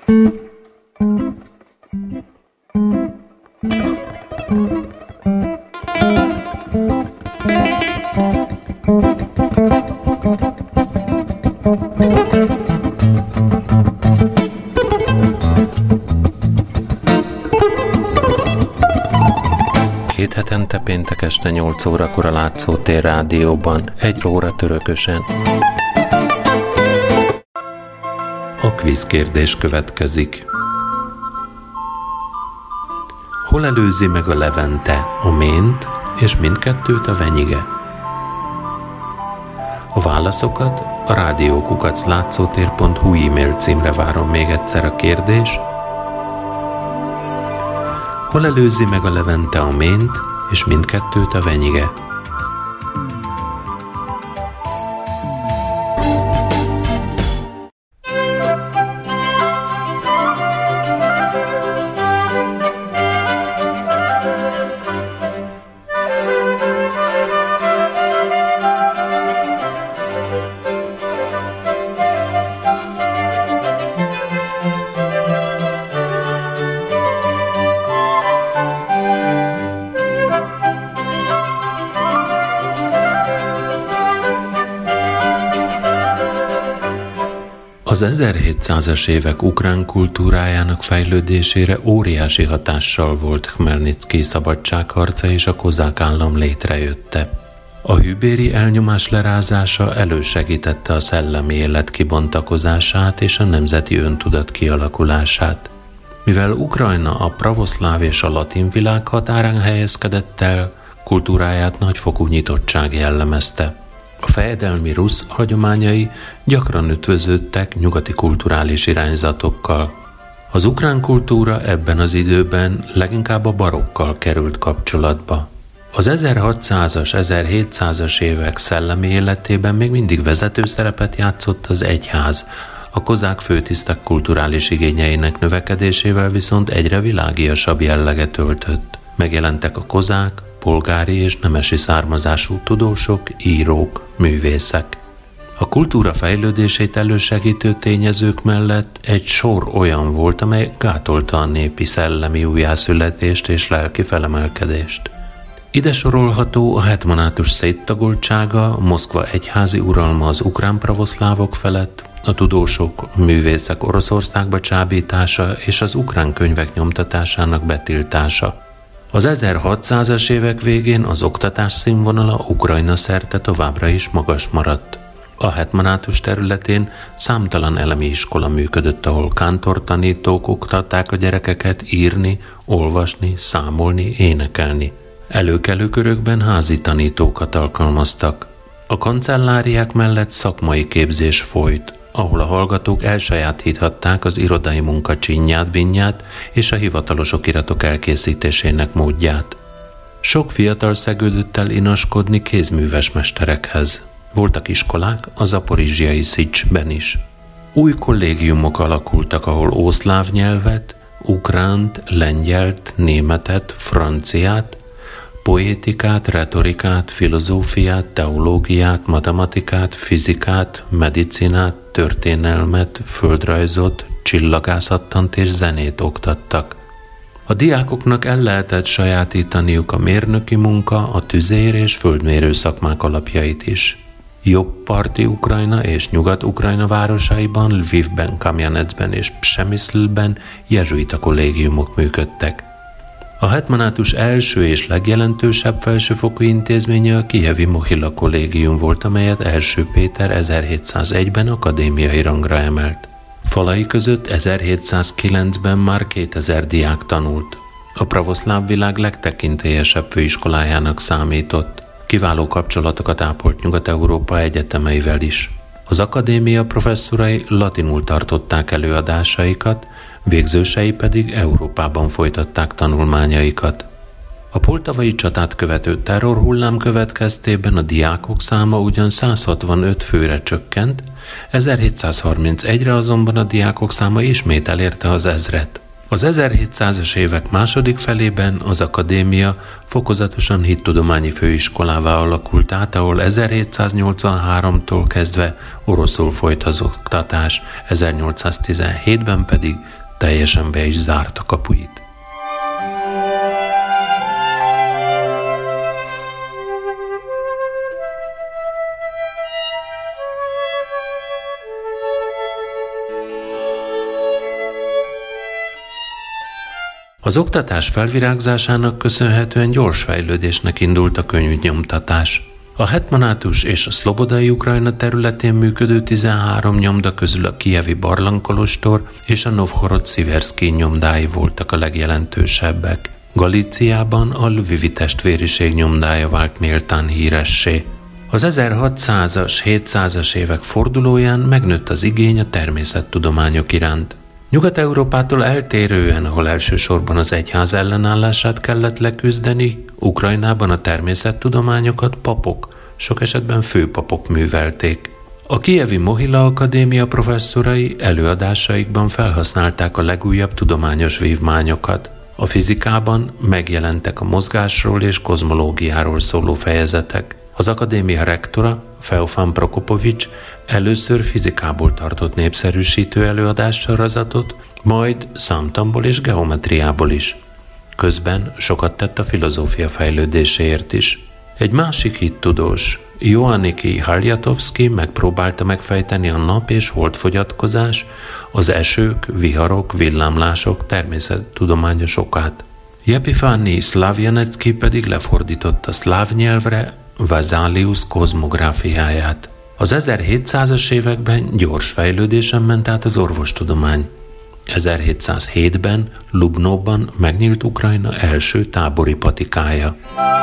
Két hetente péntek este 8 órakor a Látszótér Rádióban, 1 óra törökösen. A kvízkérdés következik. Hol előzi meg a Levente a Mént és mindkettőt a Venyige? A válaszokat a rádiókukaclátszótér.hu e-mail címre várom még egyszer a kérdés. Hol előzi meg a Levente a Mént és mindkettőt a Venyige? Az 1700-as évek ukrán kultúrájának fejlődésére óriási hatással volt Khmelnytszkij szabadságharca és a kozák állam létrejötte. A hűbéri elnyomás lerázása elősegítette a szellemi élet kibontakozását és a nemzeti öntudat kialakulását. Mivel Ukrajna a pravoszláv és a latin világ határán helyezkedett el, kultúráját nagyfokú nyitottság jellemezte. A fejedelmi rusz hagyományai gyakran ütvöződtek nyugati kulturális irányzatokkal. Az ukrán kultúra ebben az időben leginkább a barokkal került kapcsolatba. Az 1600-as, 1700-as évek szellemi életében még mindig vezető szerepet játszott az egyház, a kozák főtisztek kulturális igényeinek növekedésével viszont egyre világiasabb jelleget öltött. Megjelentek a kozák, polgári és nemesi származású tudósok, írók, művészek. A kultúra fejlődését elősegítő tényezők mellett egy sor olyan volt, amely gátolta a népi szellemi újjászületést és lelki felemelkedést. Ide sorolható a hetmanátus széttagoltsága, a Moszkva egyházi uralma az ukrán pravoszlávok felett, a tudósok, művészek Oroszországba csábítása és az ukrán könyvek nyomtatásának betiltása. Az 1600-as évek végén az oktatás színvonala Ukrajna szerte továbbra is magas maradt. A hetmanátus területén számtalan elemi iskola működött, ahol kántortanítók oktatták a gyerekeket írni, olvasni, számolni, énekelni. Előkelő körökben házi tanítókat alkalmaztak. A kancelláriák mellett szakmai képzés folyt, ahol a hallgatók elsajátíthatták az irodai munka csinyát-binnyát és a hivatalos okiratok elkészítésének módját. Sok fiatal szegődött el inaskodni kézműves mesterekhez. Voltak iskolák a zaporizsiai Szicsben is. Új kollégiumok alakultak, ahol ószláv nyelvet, ukránt, lengyelt, németet, franciát, poétikát, retorikát, filozófiát, teológiát, matematikát, fizikát, medicinát, történelmet, földrajzot, csillagászattant és zenét oktattak. A diákoknak el lehetett sajátítaniuk a mérnöki munka, a tüzér és földmérő szakmák alapjait is. Jobbparti Ukrajna és Nyugat-Ukrajna városaiban, Lvivben, Kamjanecben és Przemyszlben jezsuita kollégiumok működtek. A hetmanátus első és legjelentősebb felsőfokú intézménye a kijevi Mohila kollégium volt, amelyet első Péter 1701-ben akadémiai rangra emelt. Falai között 1709-ben már 2000 diák tanult. A pravoszláv világ legtekintélyesebb főiskolájának számított. Kiváló kapcsolatokat ápolt Nyugat-Európa egyetemeivel is. Az akadémia professzorai latinul tartották előadásaikat, végzősei pedig Európában folytatták tanulmányaikat. A poltavai csatát követő terrorhullám következtében a diákok száma ugyan 165 főre csökkent, 1731-re azonban a diákok száma ismét elérte az 1000-et. Az 1700-as évek második felében az akadémia fokozatosan hittudományi főiskolává alakult át, ahol 1783-tól kezdve oroszul folyt az oktatás, 1817-ben pedig teljesen be is zárta kapuit. Az oktatás felvirágzásának köszönhetően gyors fejlődésnek indult a könyvnyomtatás. A Hetmanátus és a Szlobodai Ukrajna területén működő 13 nyomda közül a kijevi Barlangkolostor és a Novhorod-Sziverszkij nyomdái voltak a legjelentősebbek. Galíciában a Lvivi testvériség nyomdája vált méltán híressé. Az 1600-as, 700-as évek fordulóján megnőtt az igény a természettudományok iránt. Nyugat-Európától eltérően, ahol elsősorban az egyház ellenállását kellett leküzdeni, Ukrajnában a természettudományokat papok, sok esetben főpapok művelték. A kijevi Mohila Akadémia professzorai előadásaikban felhasználták a legújabb tudományos vívmányokat. A fizikában megjelentek a mozgásról és kozmológiáról szóló fejezetek. Az akadémia rektora, Feofán Prokopovics először fizikából tartott népszerűsítő előadássorozatot, majd számtamból és geometriából is. Közben sokat tett a filozófia fejlődéséért is. Egy másik hittudós, Ioanniki Haljatovszky megpróbálta megfejteni a nap- és holdfogyatkozás, az esők, viharok, villámlások természettudományos okát. Epifani Szlavjanecki pedig lefordította szláv nyelvre Vesalius kozmográfiáját. Az 1700-as években gyors fejlődésen ment át az orvostudomány. 1707-ben Lubnovban megnyílt Ukrajna első tábori patikája.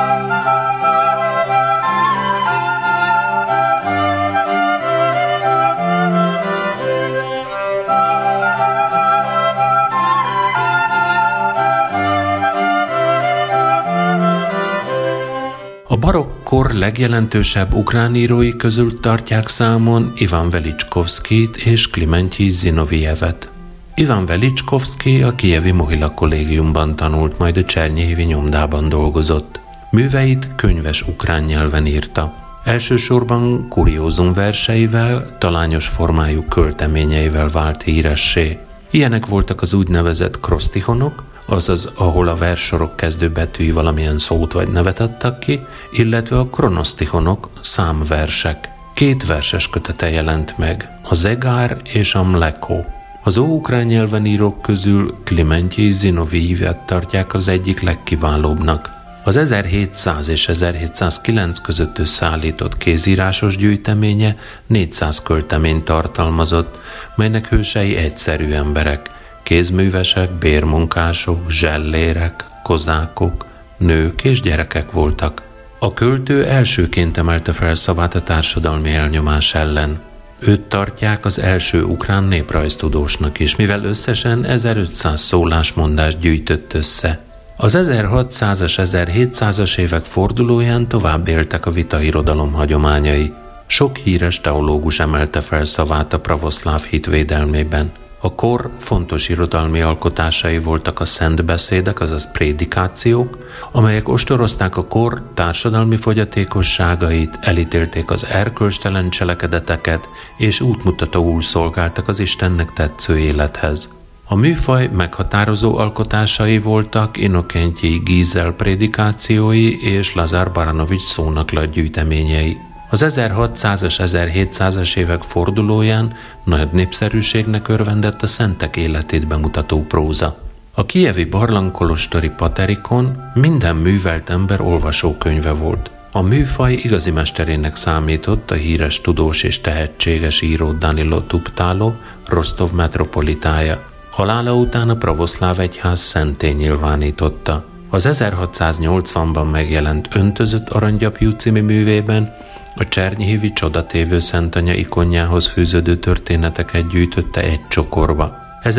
A barokk kor legjelentősebb ukrán írói közül tartják számon Ivan Velicskovszkijt és Klimentij Zinovijevet. Ivan Velicskovszkij a kijevi Mohila kollégiumban tanult, majd a Csernyhivi nyomdában dolgozott. Műveit könyves ukrán nyelven írta. Elsősorban kuriózum verseivel, talányos formájú költeményeivel vált híressé. Ilyenek voltak az úgynevezett krosztihonok, azaz ahol a verssorok kezdőbetűi valamilyen szót vagy nevet adtak ki, illetve a kronosztihonok, számversek. 2 verses kötete jelent meg, a Zegár és a Mleko. Az óukrán nyelven írók közül Klimentij Zinovijevet tartják az egyik legkiválóbbnak. Az 1700 és 1709 között összeállított kézírásos gyűjteménye 400 költeményt tartalmazott, melynek hősei egyszerű emberek, kézművesek, bérmunkások, zsellérek, kozákok, nők és gyerekek voltak. A költő elsőként emelte fel szavát a társadalmi elnyomás ellen. Őt tartják az első ukrán néprajztudósnak is, mivel összesen 1500 szólásmondást gyűjtött össze. Az 1600-as, 1700-as évek fordulóján tovább éltek a vitairodalom hagyományai. Sok híres teológus emelte fel szavát a pravoszláv hit védelmében. A kor fontos irodalmi alkotásai voltak a szentbeszédek, azaz prédikációk, amelyek ostorozták a kor társadalmi fogyatékosságait, elítélték az erkölcstelen cselekedeteket, és útmutatóul szolgáltak az Istennek tetsző élethez. A műfaj meghatározó alkotásai voltak Innokentyi Gízel prédikációi és Lazár Baranovics szónaklatgyűjteményei. Az 1600-as, 1700-as évek fordulóján nagy népszerűségnek örvendett a szentek életét bemutató próza. A kijevi barlangkolostori paterikon minden művelt ember olvasókönyve volt. A műfaj igazi mesterének számított a híres tudós és tehetséges író Danilo Tuptalo, Rostov metropolitája. Halála után a pravoszláv egyház szentté nyilvánította. Az 1680-ban megjelent Öntözött aranygyapjú című művében a Csernyhivi csodatévő szentanya ikonjához fűződő történeteket gyűjtötte egy csokorba.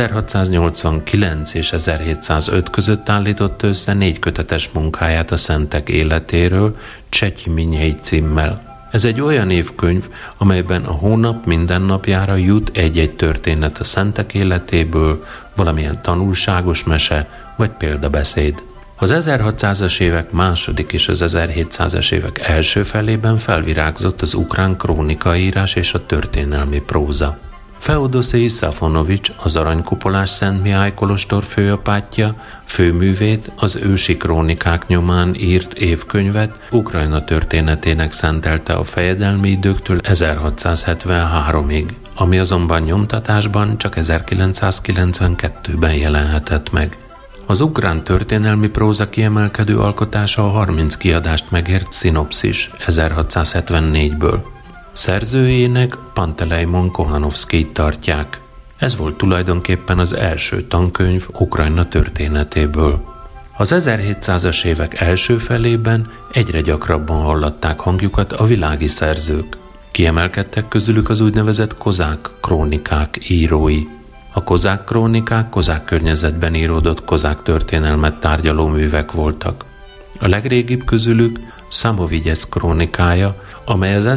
1689 és 1705 között állított össze 4 kötetes munkáját a szentek életéről, Csetyiminjei címmel. Ez egy olyan évkönyv, amelyben a hónap mindennapjára jut egy-egy történet a szentek életéből, valamilyen tanulságos mese vagy példabeszéd. Az 1600-as évek második és az 1700-as évek első felében felvirágzott az ukrán krónikaírás és a történelmi próza. Feodoszej Szafonovics, az Aranykupolás Szent Mihály kolostor főapátja, főművét, az ősi krónikák nyomán írt évkönyvet Ukrajna történetének szentelte a fejedelmi időktől 1673-ig, ami azonban nyomtatásban csak 1992-ben jelenhetett meg. Az ukrán történelmi próza kiemelkedő alkotása a 30 kiadást megért szinopszis 1674-ből. Szerzőjének Pantelejmon Kohanovszkijt tartják. Ez volt tulajdonképpen az első tankönyv Ukrajna történetéből. Az 1700-as évek első felében egyre gyakrabban hallatták hangjukat a világi szerzők. Kiemelkedtek közülük az úgynevezett kozák krónikák írói. A kozák krónikák kozák környezetben íródott kozák történelmet tárgyaló művek voltak. A legrégibb közülük Samovigyec krónikája, amely az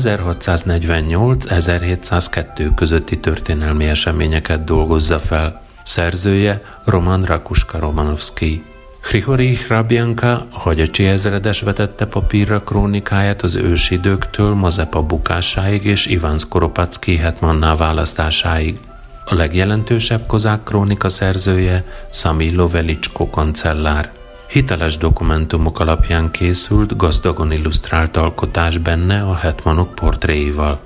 1648-1702 közötti történelmi eseményeket dolgozza fel. Szerzője Roman Rakuska-Romanovszkij. Hrihorij Hrabjanka hagyacsi ezredes vetette papírra krónikáját az ősidőktől Mazepa bukásáig és Iván Skoropadsky hetmanná választásáig. A legjelentősebb kozák krónika szerzője Samilo Velicsko kancellár. Hiteles dokumentumok alapján készült, gazdagon illusztrált alkotás benne a hetmanok portréival.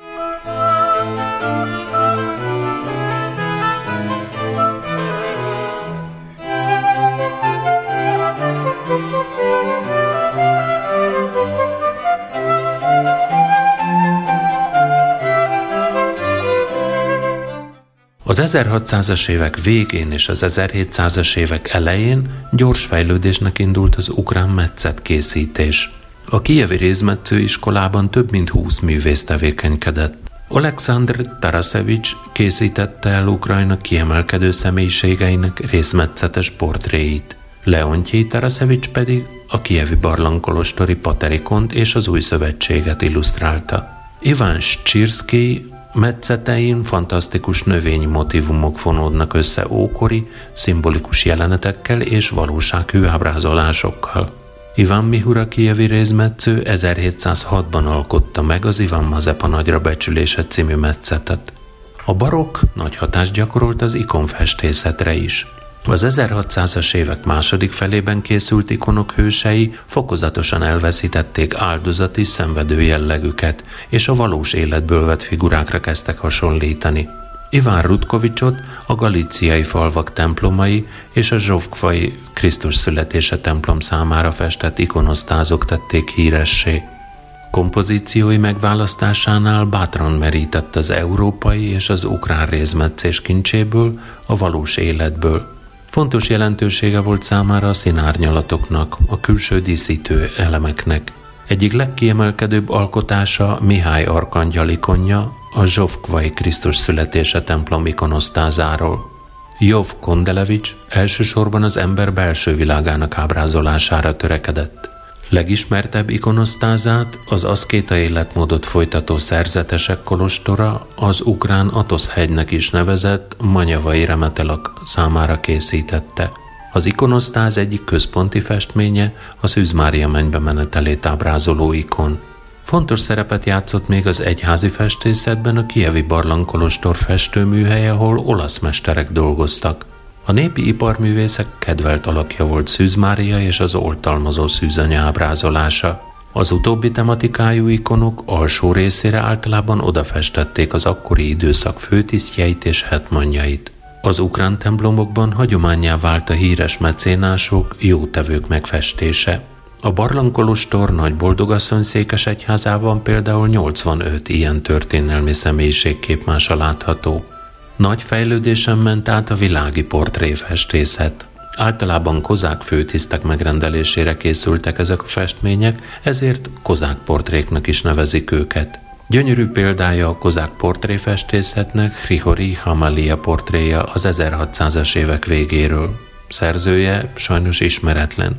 Az 1600-as évek végén és az 1700-as évek elején gyors fejlődésnek indult az ukrán metszetkészítés. A kijevi rézmetszőiskolában több mint 20 művész tevékenykedett. Oleksandr Taraszevics készítette el Ukrajna kiemelkedő személyiségeinek részmetszetes portréit. Leontyi Taraszevics pedig a kijevi barlangkolostori paterikont és az új szövetséget illusztrálta. Iván Scsirszkij metszetein fantasztikus növényi motívumok fonódnak össze ókori, szimbolikus jelenetekkel és valósághű ábrázolásokkal. Iván Mihura kijevi rézmetsző 1706-ban alkotta meg az Iván Mazepa nagyra becsülése című metszetet. A barokk nagy hatást gyakorolt az ikonfestészetre is. Az 1600-as évek második felében készült ikonok hősei fokozatosan elveszítették áldozati, szenvedő jellegüket, és a valós életből vett figurákra kezdtek hasonlítani. Iván Rutkovicsot a galíciai falvak templomai és a Zsovkvai Krisztus születése templom számára festett ikonosztázok tették híressé. Kompozíciói megválasztásánál bátran merített az európai és az ukrán rézmetszés kincséből, a valós életből. Fontos jelentősége volt számára a színárnyalatoknak, a külső díszítő elemeknek. Egyik legkiemelkedőbb alkotása Mihály arkangyal ikonja, a Zsovkvai Krisztus születése templom ikonosztázáról. Jov Kondelevics elsősorban az ember belső világának ábrázolására törekedett. Legismertebb ikonosztázát az aszkéta életmódot folytató szerzetesek kolostora, az ukrán Atosz-hegynek is nevezett Manyavai Remetelak számára készítette. Az ikonosztáz egyik központi festménye a Szűz Mária mennybe menetelét ábrázoló ikon. Fontos szerepet játszott még az egyházi festészetben a kijevi barlangkolostor festőműhely, ahol olasz mesterek dolgoztak. A népi iparművészek kedvelt alakja volt Szűz Mária és az oltalmazó szűzanya ábrázolása. Az utóbbi tematikájú ikonok alsó részére általában odafestették az akkori időszak főtisztjeit és hetmanjait. Az ukrán templomokban hagyománnyá vált a híres mecénások, jótevők megfestése. A barlangkolostor Nagyboldogasszony székesegyházában például 85 ilyen történelmi személyiségképmása látható. Nagy fejlődésen ment át a világi portréfestészet. Általában kozák főtisztek megrendelésére készültek ezek a festmények, ezért kozák portréknak is nevezik őket. Gyönyörű példája a kozák portréfestészetnek Hrihorij Hamalia portréja az 1600-as évek végéről. Szerzője sajnos ismeretlen.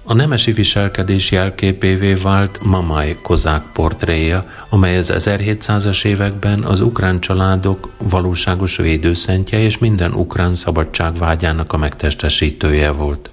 A nemesi viselkedés jelképévé vált Mamaj kozák portréja, amely az 1700-as években az ukrán családok valóságos védőszentje és minden ukrán szabadságvágyának a megtestesítője volt.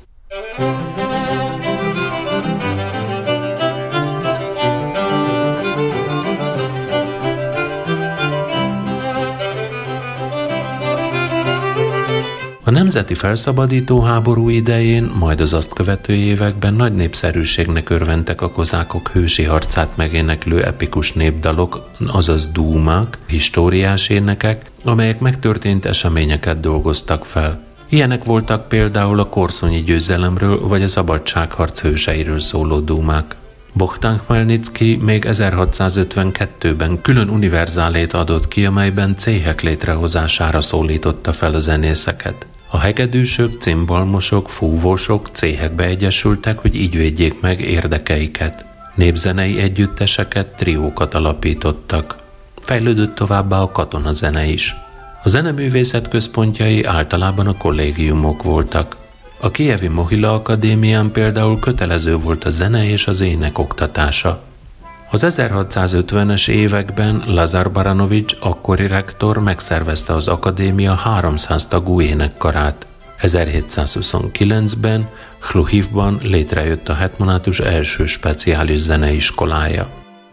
A nemzeti felszabadító háború idején, majd az azt követő években nagy népszerűségnek örventek a kozákok hősi harcát megéneklő epikus népdalok, azaz dúmák, históriás énekek, amelyek megtörtént eseményeket dolgoztak fel. Ilyenek voltak például a korszonyi győzelemről vagy a szabadságharc hőseiről szóló dúmák. Bohdan Khmelnycki még 1652-ben külön univerzálét adott ki, amelyben céhek létrehozására szólította fel a zenészeket. A hegedűsök, cimbalmosok, fúvósok céhekbe egyesültek, hogy így védjék meg érdekeiket. Népzenei együtteseket, triókat alapítottak. Fejlődött továbbá a katonazene is. A zeneművészet központjai általában a kollégiumok voltak. A kijevi Mohila Akadémián például kötelező volt a zene és az ének oktatása. Az 1650-es években Lazar Baranovics, akkori rektor megszervezte az akadémia 300 tagú énekkarát. 1729-ben Hluhivban létrejött a hetmanátus első speciális zeneiskolája.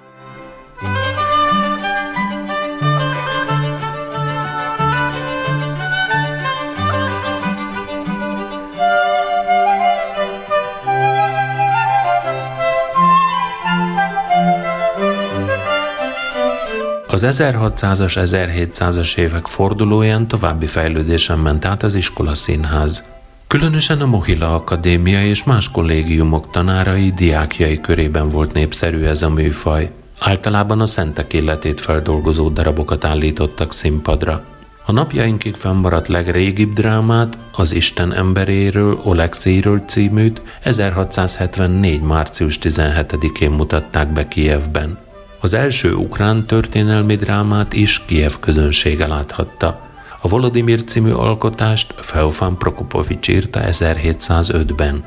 Az 1600-as, 1700-as évek fordulóján további fejlődésen ment át az iskolaszínház. Különösen a Mohila Akadémia és más kollégiumok tanárai, diákjai körében volt népszerű ez a műfaj. Általában a szentek életét feldolgozó darabokat állítottak színpadra. A napjainkig fennmaradt legrégibb drámát, az Isten emberéről, Olekszijről címűt 1674. március 17-én mutatták be Kijevben. Az első ukrán történelmi drámát is Kijev közönsége láthatta. A Volodimir című alkotást Feofán Prokopovics írta 1705-ben.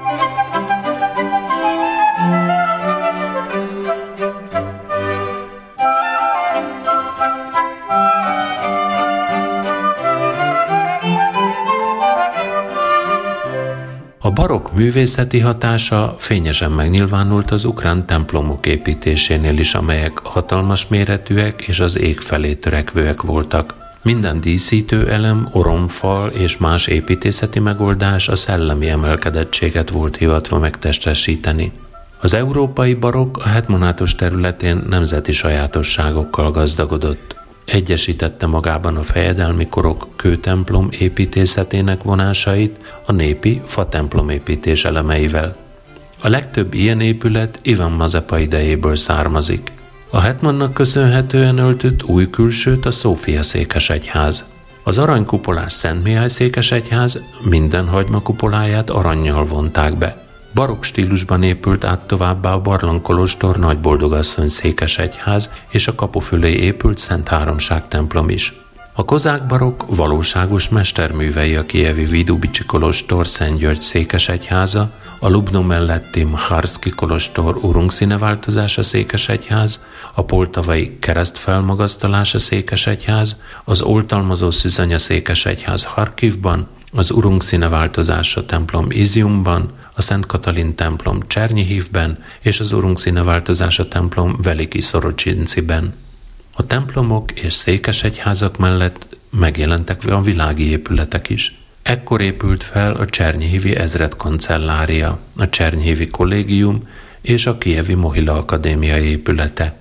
A barokk művészeti hatása fényesen megnyilvánult az ukrán templomok építésénél is, amelyek hatalmas méretűek és az ég felé törekvőek voltak. Minden díszítő elem, oromfal és más építészeti megoldás a szellemi emelkedettséget volt hivatva megtestesíteni. Az európai barokk a hetmanátus területén nemzeti sajátosságokkal gazdagodott. Egyesítette magában a fejedelmi korok kőtemplom építészetének vonásait a népi fatemplom építés elemeivel. A legtöbb ilyen épület Ivan Mazepa idejéből származik. A hetmannak köszönhetően öltött új külsőt a Szófia székesegyház. Az aranykupolás Szent Mihály székesegyház minden hagymakupoláját arannyal vonták be. Barokk stílusban épült át továbbá a barlangkolostor Nagyboldogasszony székesegyház és a kapu fölé épült Szent Háromság templom is. A kozák barokk valóságos mesterművei a kijevi Vidubicsi kolostor Szent György székesegyháza, a Lubno melletti Mharszki kolostor urungszíneváltozása székesegyház, a poltavai keresztfelmagasztalása székesegyház, az oltalmazó szűzanya székesegyház Harkivban, az urungszíneváltozása templom Iziumban, a Szent Katalin templom Csernihivben és az urungszíneváltozása templom Veliki Szorocsinciben. A templomok és székesegyházak mellett megjelentek a világi épületek is. Ekkor épült fel a Csernyihivi ezredkancellária, a Csernyihivi kollégium és a kijevi Mohila Akadémia épülete.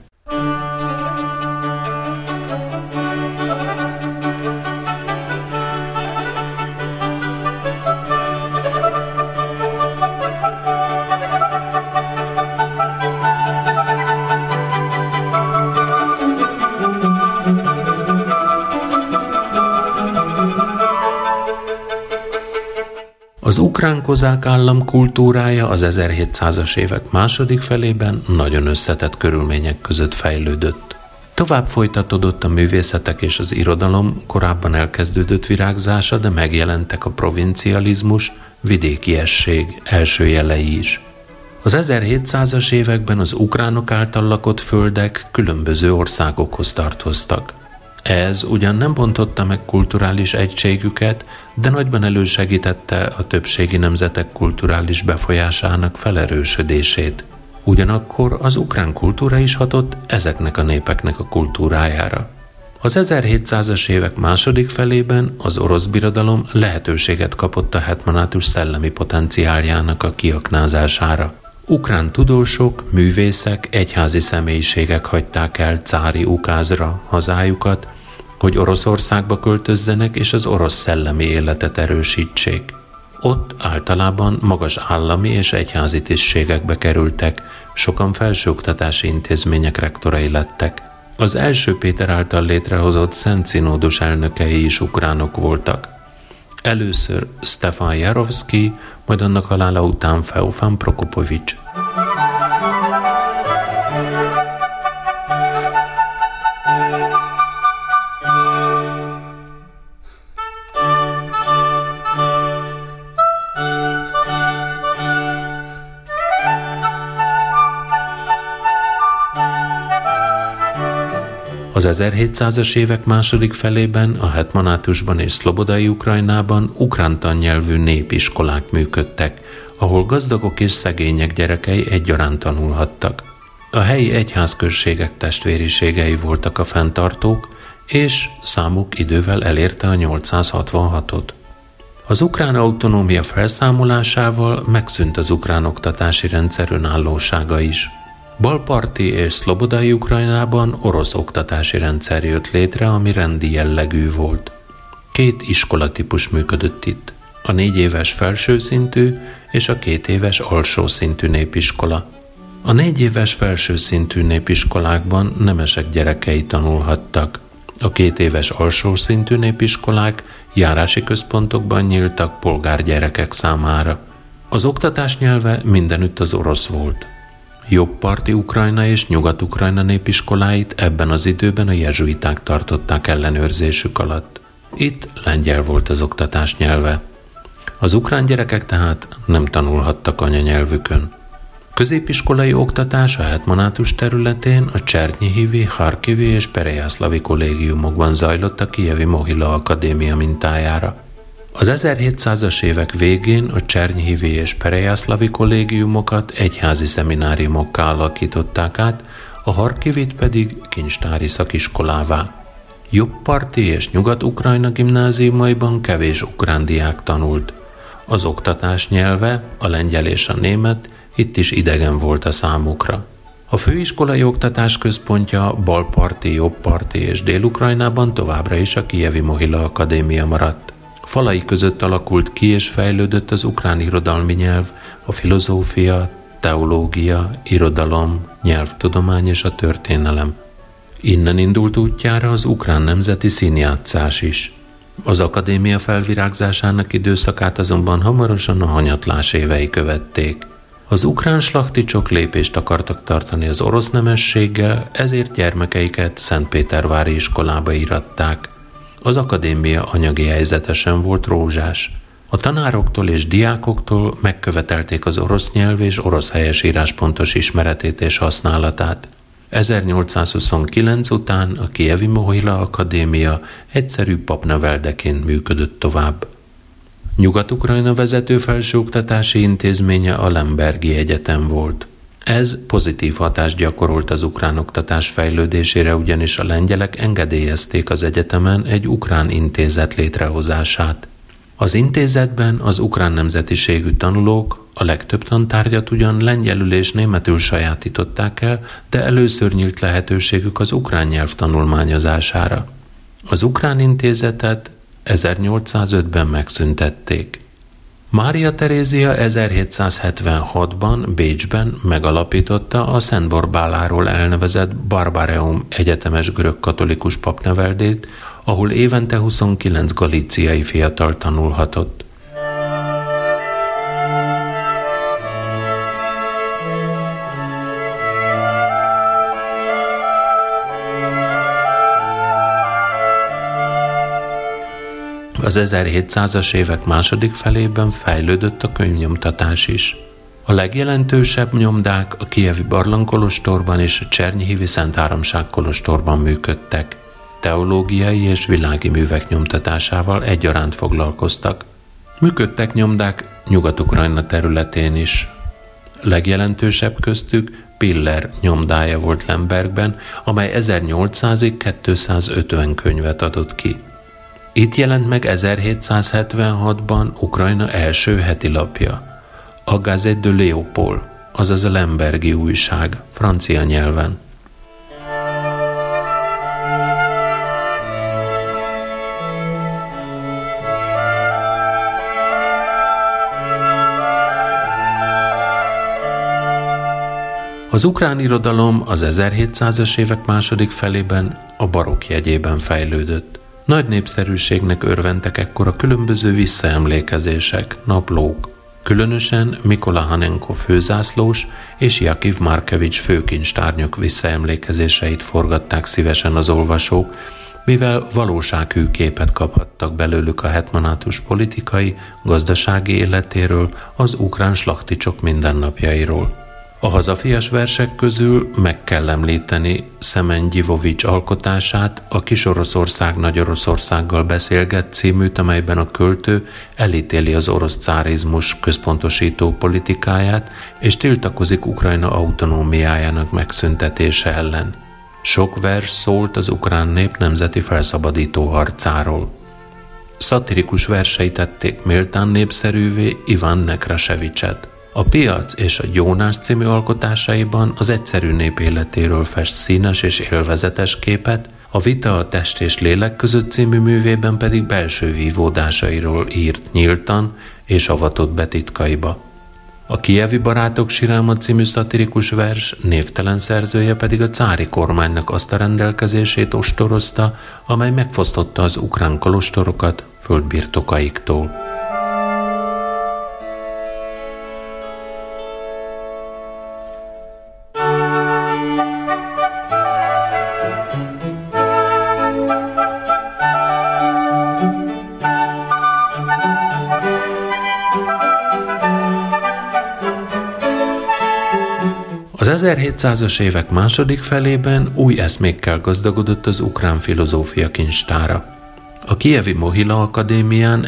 Az ukrán kozák állam kultúrája az 1700-as évek második felében nagyon összetett körülmények között fejlődött. Tovább folytatódott a művészetek és az irodalom korábban elkezdődött virágzása, de megjelentek a provincializmus, vidékiesség első jelei is. Az 1700-as években az ukránok által lakott földek különböző országokhoz tartoztak. Ez ugyan nem bontotta meg kulturális egységüket, de nagyban elősegítette a többségi nemzetek kulturális befolyásának felerősödését. Ugyanakkor az ukrán kultúra is hatott ezeknek a népeknek a kultúrájára. Az 1700-as évek második felében az orosz birodalom lehetőséget kapott a hetmanátus szellemi potenciáljának a kiaknázására. Ukrán tudósok, művészek, egyházi személyiségek hagyták el cári ukázra hazájukat, hogy Oroszországba költözzenek és az orosz szellemi életet erősítsék. Ott általában magas állami és egyházi tisztségekbe kerültek, sokan felsőoktatási intézmények rektorai lettek. Az első Péter által létrehozott Szent Színódus elnökei is ukránok voltak. Először Stefan Jarovszky, majd annak halála után Feofán Prokopovics. Az 1700-as évek második felében a hetmanátusban és szlobodai Ukrajnában ukrán tannyelvű népiskolák működtek, ahol gazdagok és szegények gyerekei egyaránt tanulhattak. A helyi egyházközségek testvériségei voltak a fenntartók, és számuk idővel elérte a 866-ot. Az ukrán autonómia felszámolásával megszűnt az ukrán oktatási rendszer önállósága is. Balparti és szlobodai Ukrajnában orosz oktatási rendszer jött létre, ami rendi jellegű volt. 2 iskolatípus működött itt, a 4 éves felsőszintű és a 2 éves alsószintű népiskola. A 4 éves felsőszintű népiskolákban nemesek gyerekei tanulhattak. A 2 éves alsószintű népiskolák járási központokban nyíltak polgárgyerekek számára. Az oktatás nyelve mindenütt az orosz volt. Jobbparti Ukrajna és Nyugat-Ukrajna népiskoláit ebben az időben a jezsuiták tartották ellenőrzésük alatt. Itt lengyel volt az oktatás nyelve. Az ukrán gyerekek tehát nem tanulhattak anyanyelvükön. Középiskolai oktatás a hetmanátus területén a Csernyihivi, Harkivi és Perejászlavi kollégiumokban zajlott a Kijevi Mohila Akadémia mintájára. Az 1700-as évek végén a Csernyihivi és Perejászlavi kollégiumokat egyházi szemináriumokká alakították át, a Harkivit pedig kincstári szakiskolává. Jobbparti és Nyugat-Ukrajna gimnáziumaiban kevés ukrán diák tanult. Az oktatás nyelve, a lengyel és a német itt is idegen volt a számukra. A főiskolai oktatás központja Balparti, Jobbparti és Dél-Ukrajnában továbbra is a Kijevi Mohila Akadémia maradt. Falai között alakult ki és fejlődött az ukrán irodalmi nyelv, a filozófia, teológia, irodalom, nyelvtudomány és a történelem. Innen indult útjára az ukrán nemzeti színjátszás is. Az akadémia felvirágzásának időszakát azonban hamarosan a hanyatlás évei követték. Az ukrán slachticsok lépést akartak tartani az orosz nemességgel, ezért gyermekeiket Szentpétervári iskolába íratták. Az akadémia anyagi helyzete sem volt rózsás. A tanároktól és diákoktól megkövetelték az orosz nyelv és orosz helyesírás pontos ismeretét és használatát. 1829 után a Kijevi Mohila Akadémia egyszerű papneveldeként működött tovább. Nyugat-Ukrajna vezető felsőoktatási intézménye a Lembergi Egyetem volt. Ez pozitív hatást gyakorolt az ukrán oktatás fejlődésére, ugyanis a lengyelek engedélyezték az egyetemen egy ukrán intézet létrehozását. Az intézetben az ukrán nemzetiségű tanulók a legtöbb tantárgyat ugyan lengyelül és németül sajátították el, de először nyílt lehetőségük az ukrán nyelv tanulmányozására. Az ukrán intézetet 1805-ben megszüntették. Mária Terézia 1776-ban Bécsben megalapította a Szent Borbáláról elnevezett Barbareum egyetemes görög-katolikus papneveldét, ahol évente 29 galíciai fiatal tanulhatott. Az 1700-as évek második felében fejlődött a könyvnyomtatás is. A legjelentősebb nyomdák a kijevi barlangkolostorban és a Csernyhívi Szent Háromság kolostorban működtek. Teológiai és világi művek nyomtatásával egyaránt foglalkoztak. Működtek nyomdák Nyugat-Ukrajna területén is. Legjelentősebb köztük Piller nyomdája volt Lembergben, amely 1800-ig 250 könyvet adott ki. Itt jelent meg 1776-ban Ukrajna első heti lapja, a Gazette de Léopold, azaz a lembergi újság, francia nyelven. Az ukrán irodalom az 1700-as évek második felében a barokk jegyében fejlődött. Nagy népszerűségnek örventek ekkor a különböző visszaemlékezések, naplók. Különösen Mikola Hanenko főzászlós és Jakiv Markevics főkincstárnok visszaemlékezéseit forgatták szívesen az olvasók, mivel valósághű képet kaphattak belőlük a hetmanátus politikai, gazdasági életéről, az ukrán slachticsok mindennapjairól. A hazafias versek közül meg kell említeni Szemen Gyivovics alkotását, a Kis-Oroszország Nagy-Oroszországgal beszélget címűt, amelyben a költő elítéli az orosz cárizmus központosító politikáját, és tiltakozik Ukrajna autonómiájának megszüntetése ellen. Sok vers szólt az ukrán nép nemzeti felszabadító harcáról. Szatirikus versei tették méltán népszerűvé Ivan Nekrasevicset. A Piac és a Gyónás című alkotásaiban az egyszerű nép életéről fest színes és élvezetes képet, a Vita a test és lélek között című művében pedig belső vívódásairól írt nyíltan és avatott be titkaiba. A Kijevi barátok siráma című szatirikus vers névtelen szerzője pedig a cári kormánynak azt a rendelkezését ostorozta, amely megfosztotta az ukrán kolostorokat földbirtokaiktól. Az 1700-as évek második felében új eszmékkel gazdagodott az ukrán filozófia kincstára. A Kijevi Mohila Akadémián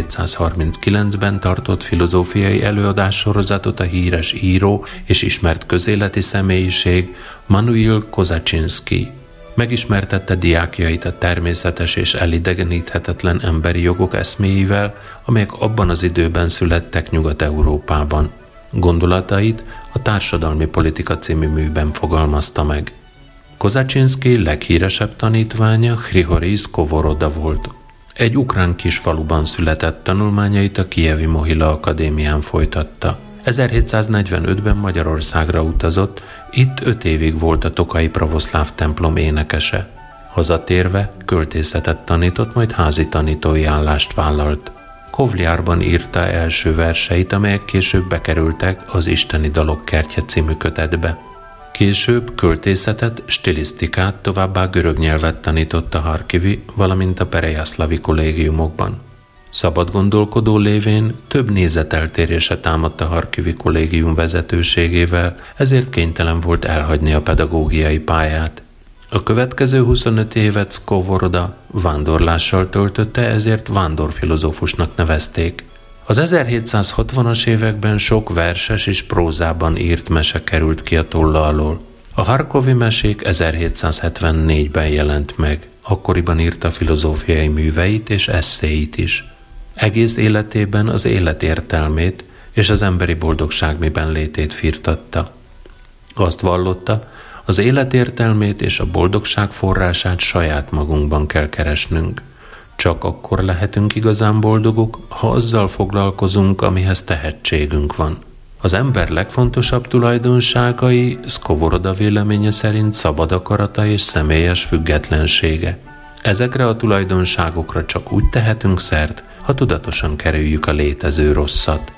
1739-ben tartott filozófiai előadássorozatot a híres író és ismert közéleti személyiség Manuil Kozaczynszky. Megismertette diákjait a természetes és elidegeníthetetlen emberi jogok eszméivel, amelyek abban az időben születtek Nyugat-Európában. Gondolatait a Társadalmi politika című műben fogalmazta meg. Kozaczynszky leghíresebb tanítványa Hrihorij Skovoroda volt. Egy ukrán kisfaluban született, tanulmányait a Kijevi Mohila Akadémián folytatta. 1745-ben Magyarországra utazott, itt 5 évig volt a tokaji pravoszláv templom énekese. Hazatérve költészetet tanított, majd házi tanítói állást vállalt. Kovliárban írta első verseit, amelyek később bekerültek az Isteni dalok kertje című kötetbe. Később költészetet, stilisztikát, továbbá görög nyelvet tanított a harkivi, valamint a perejaszlavi kollégiumokban. Szabad gondolkodó lévén több nézeteltérése támadt a harkivi kollégium vezetőségével, ezért kénytelen volt elhagyni a pedagógiai pályát. A következő 25 évet Skovoroda vándorlással töltötte, ezért vándorfilozófusnak nevezték. Az 1760-as években sok verses és prózában írt mese került ki a tolla alól. A Harkovi mesék 1774-ben jelent meg. Akkoriban írta filozófiai műveit és esszéit is. Egész életében az élet értelmét és az emberi boldogság miben létét firtatta. Azt vallotta, az élet értelmét és a boldogság forrását saját magunkban kell keresnünk. Csak akkor lehetünk igazán boldogok, ha azzal foglalkozunk, amihez tehetségünk van. Az ember legfontosabb tulajdonságai Skovoroda véleménye szerint szabad akarata és személyes függetlensége. Ezekre a tulajdonságokra csak úgy tehetünk szert, ha tudatosan kerüljük a létező rosszat.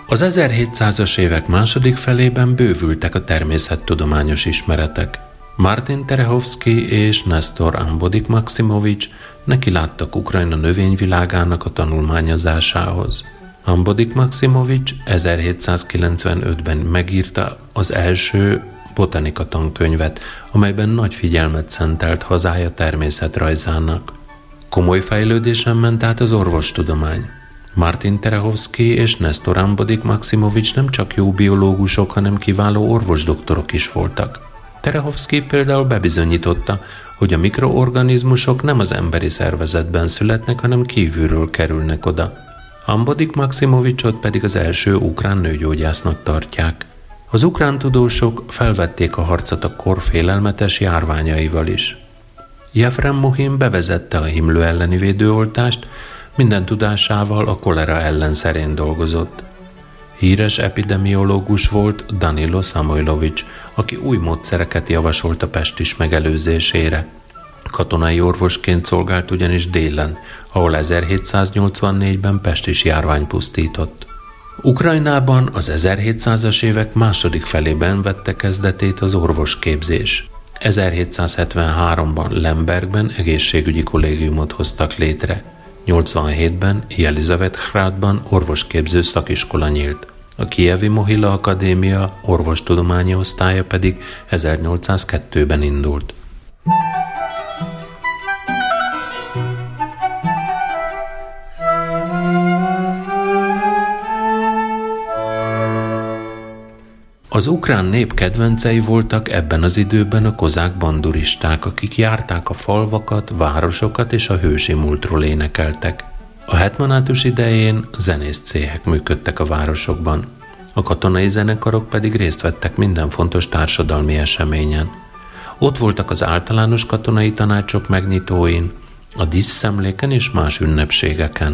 Az 1700-as évek második felében bővültek a természettudományos ismeretek. Martin Terehovszky és Nestor Ambodik-Maksimovics nekiláttak Ukrajna növényvilágának a tanulmányozásához. Ambodik-Maksimovics 1795-ben megírta az első botanika tankönyvet, amelyben nagy figyelmet szentelt hazája természetrajzának. Komoly fejlődésen ment át az orvostudomány. Martin Terehovszky és Nestor Ambodik-Maksimovics nem csak jó biológusok, hanem kiváló orvosdoktorok is voltak. Terehovszky például bebizonyította, hogy a mikroorganizmusok nem az emberi szervezetben születnek, hanem kívülről kerülnek oda. Ambodik-Maksimovicsot pedig az első ukrán nőgyógyásznak tartják. Az ukrán tudósok felvették a harcot a kor félelmetes járványaival is. Jefrem Mohin bevezette a himlő elleni védőoltást, minden tudásával a kolera ellen szerén dolgozott. Híres epidemiológus volt Danilo Samojlovics, aki új módszereket javasolt a pestis megelőzésére. Katonai orvosként szolgált ugyanis délen, ahol 1784-ben pestis járvány pusztított. Ukrajnában az 1700-as évek második felében vette kezdetét az orvosképzés. 1773-ban Lembergben egészségügyi kollégiumot hoztak létre. 87-ben Jelizavethrádban orvosképző szakiskola nyílt. A Kijevi Mohila Akadémia orvostudományi osztálya pedig 1802-ben indult. Az ukrán nép kedvencei voltak ebben az időben a kozák banduristák, akik járták a falvakat, városokat és a hősi múltról énekeltek. A hetmanátus idején zenészcéhek működtek a városokban. A katonai zenekarok pedig részt vettek minden fontos társadalmi eseményen. Ott voltak az általános katonai tanácsok megnyitóin, a díszszemléken és más ünnepségeken.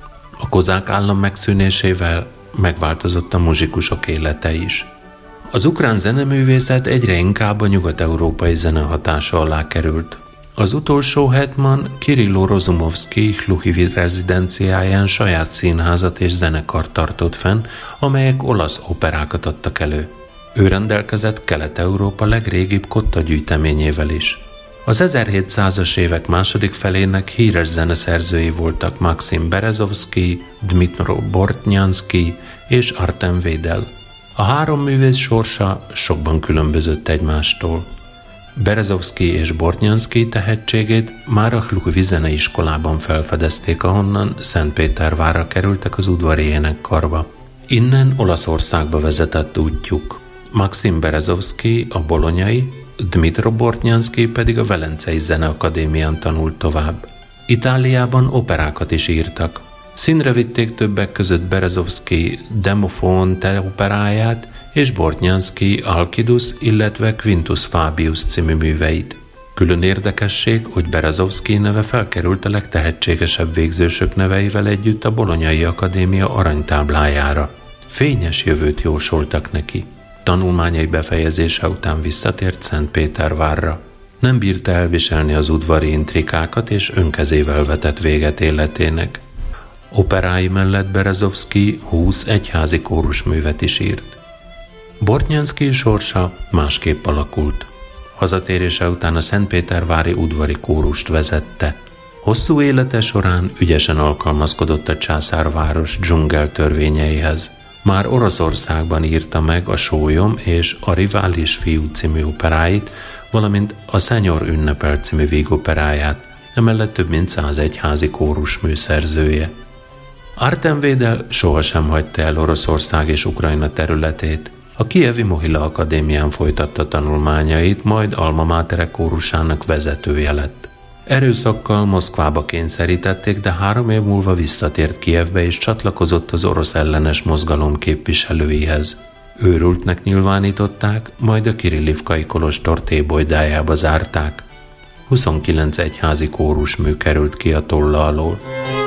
A kozák állam megszűnésével megváltozott a muzsikusok élete is. Az ukrán zeneművészet egyre inkább a nyugat-európai zene hatása alá került. Az utolsó hetman Kirilló Rozumovszky Hluchivi rezidenciáján saját színházat és zenekart tartott fenn, amelyek olasz operákat adtak elő. Ő rendelkezett Kelet-Európa legrégibb kotta gyűjteményével is. Az 1700-as évek második felének híres zeneszerzői voltak Maxim Berezovszky, Dmitro Bortnyanszky és Artem Védel. A három művész sorsa sokban különbözött egymástól. Berezovszky és Bortnyanszky tehetségét már a Hluchivi zeneiskolában felfedezték, ahonnan Szentpétervárra kerültek az udvari énekkarba. Innen Olaszországba vezetett útjuk. Maxim Berezovszky a bolonyai, Dmitro Bortnyanszky pedig a Velencei Zeneakadémián tanult tovább. Itáliában operákat is írtak. Színre vitték többek között Berezovszky Demofonte operáját és Bortnyanszky Alkidus, illetve Quintus Fabius című műveit. Külön érdekesség, hogy Berezovszky neve felkerült a legtehetségesebb végzősök neveivel együtt a Bolonyai Akadémia aranytáblájára. Fényes jövőt jósoltak neki. Tanulmányai befejezése után visszatért Szentpétervárra. Nem bírta elviselni az udvari intrikákat, és önkezével vetett véget életének. Operái mellett Berezovszky 20 egyházi kórusművet is írt. Bortnyanszky sorsa másképp alakult. Hazatérése után a szentpétervári udvari kórust vezette. Hosszú élete során ügyesen alkalmazkodott a császárváros dzsungel törvényeihez. Már Oroszországban írta meg a Sólyom és a Rivális fiú című operáit, valamint a Szenyor ünnepel című vígoperáját, emellett több mint 100 egyházi kórusmű szerzője. Artem Védel sohasem hagyta el Oroszország és Ukrajna területét. A Kijevi Mohila Akadémián folytatta tanulmányait, majd Alma Matere kórusának vezetője lett. Erőszakkal Moszkvába kényszerítették, de 3 év múlva visszatért Kijevbe és csatlakozott az orosz ellenes mozgalom képviselőihez. Őrültnek nyilvánították, majd a Kirillivkai kolostor tébolydájába zárták. 29 egyházi kórusmű került ki a tolla alól.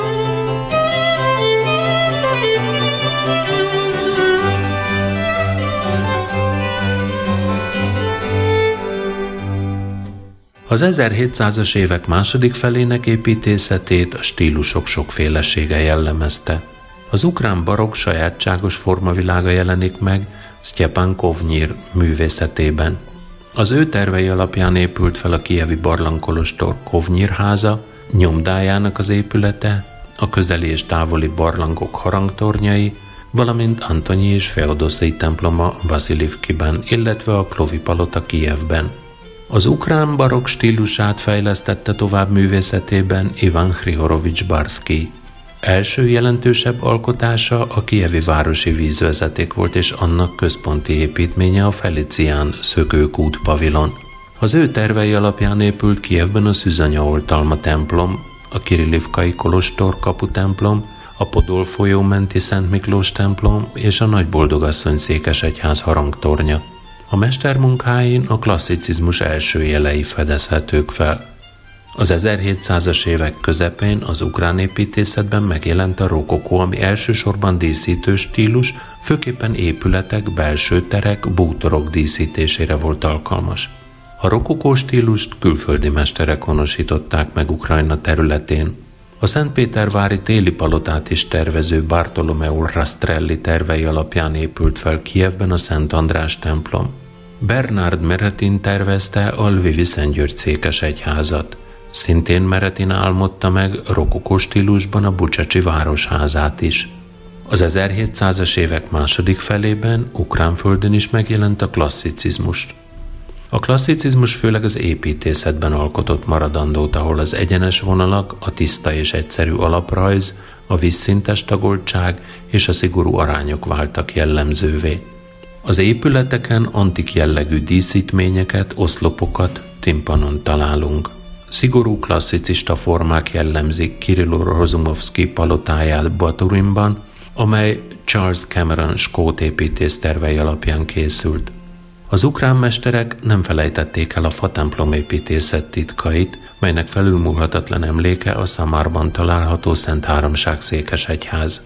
Az 1700-as évek második felének építészetét a stílusok sokfélesége jellemezte. Az ukrán barokk sajátságos formavilága jelenik meg Sztyepan Kovnyir művészetében. Az ő tervei alapján épült fel a kijevi barlangkolostor Kovnyir háza, nyomdájának az épülete, a közeli és távoli barlangok harangtornyai, valamint Antonyi és Feodoszij temploma Vaszilivkiben, illetve a Klovi palota Kijevben. Az ukrán barokk stílusát fejlesztette tovább művészetében Ivan Hrihorovics Barszkij. Első jelentősebb alkotása a kijevi városi vízvezeték volt, és annak központi építménye a Felicián szökőkút pavilon. Az ő tervei alapján épült Kijevben a Szűzanyaoltalma templom, a Kirillivkai kolostor kaputemplom, a Podol folyó menti Szent Miklós templom és a Nagyboldogasszony székesegyház harangtornya. A mestermunkáin a klasszicizmus első jelei fedezhetők fel. Az 1700-as évek közepén az ukrán építészetben megjelent a rokokó, ami elsősorban díszítő stílus, főképpen épületek, belső terek, bútorok díszítésére volt alkalmas. A rokokó stílust külföldi mesterek honosították meg Ukrajna területén. A Szentpétervári téli palotát is tervező Bartolomeo Rastrelli tervei alapján épült fel Kijevben a Szent András templom. Bernard Meretin tervezte a Lvivi Szent György székesegyházat. Szintén Meretin álmodta meg rokokó stílusban a Bucsacsi városházát is. Az 1700-as évek második felében ukrán földön is megjelent a klasszicizmus. A klasszicizmus főleg az építészetben alkotott maradandót, ahol az egyenes vonalak, a tiszta és egyszerű alaprajz, a vízszintes tagoltság és a szigorú arányok váltak jellemzővé. Az épületeken antik jellegű díszítményeket, oszlopokat, timpanon találunk. Szigorú klasszicista formák jellemzik Kirill Rozumovszky palotáját Baturinban, amely Charles Cameron skót építész tervei alapján készült. Az ukrán mesterek nem felejtették el a fatemplom építészet titkait, melynek felülmúlhatatlan emléke a Szamárban található Szent Háromság székesegyház.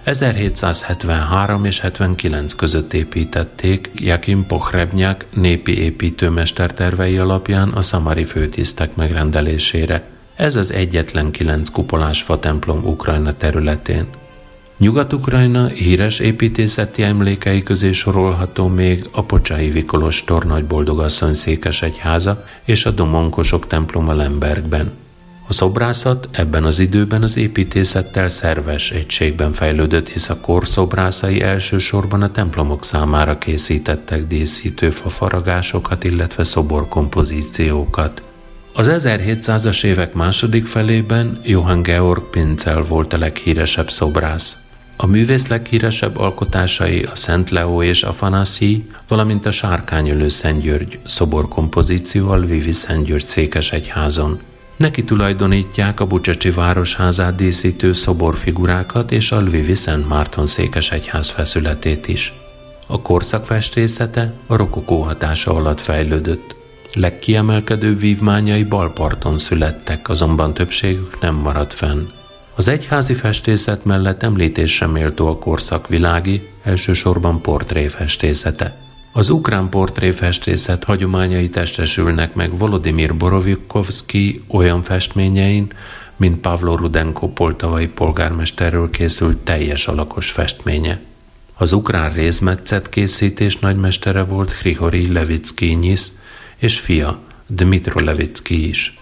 1773 és 79 között építették Jakim Pohrebnyák népi építőmester tervei alapján a szamari főtisztek megrendelésére. Ez az egyetlen 9 kupolás fatemplom Ukrajna területén. Nyugat-Ukrajna híres építészeti emlékei közé sorolható még a Pocsaivi kolostor Nagyboldogasszony székesegyháza és a Domonkosok temploma Lembergben. A szobrászat ebben az időben az építészettel szerves egységben fejlődött, hisz a kor szobrászai elsősorban a templomok számára készítettek díszítő fafaragásokat, illetve szoborkompozíciókat. Az 1700-as évek második felében Johann Georg Pincel volt a leghíresebb szobrász. A művész leghíresebb alkotásai a Szent Leó és Afanaszij, valamint a Sárkányölő Szent György szoborkompozíció a Lvivi Szent György székesegyházon. Neki tulajdonítják a Bucsacsi városházát díszítő szoborfigurákat és a Lvivi Szent Márton székesegyház feszületét is. A korszak festészete a rokokó hatása alatt fejlődött. Legkiemelkedőbb vívmányai balparton születtek, azonban többségük nem maradt fenn. Az egyházi festészet mellett említésre méltó a korszak világi, elsősorban portréfestészete. Az ukrán portréfestészet hagyományai testesülnek meg Volodymyr Borovikovszky olyan festményein, mint Pavlo Rudenko poltavai polgármesterről készült teljes alakos festménye. Az ukrán rézmetszet készítés nagymestere volt Hrihorij Levicki-Nyisz, és fia, Dmitro Levicki is.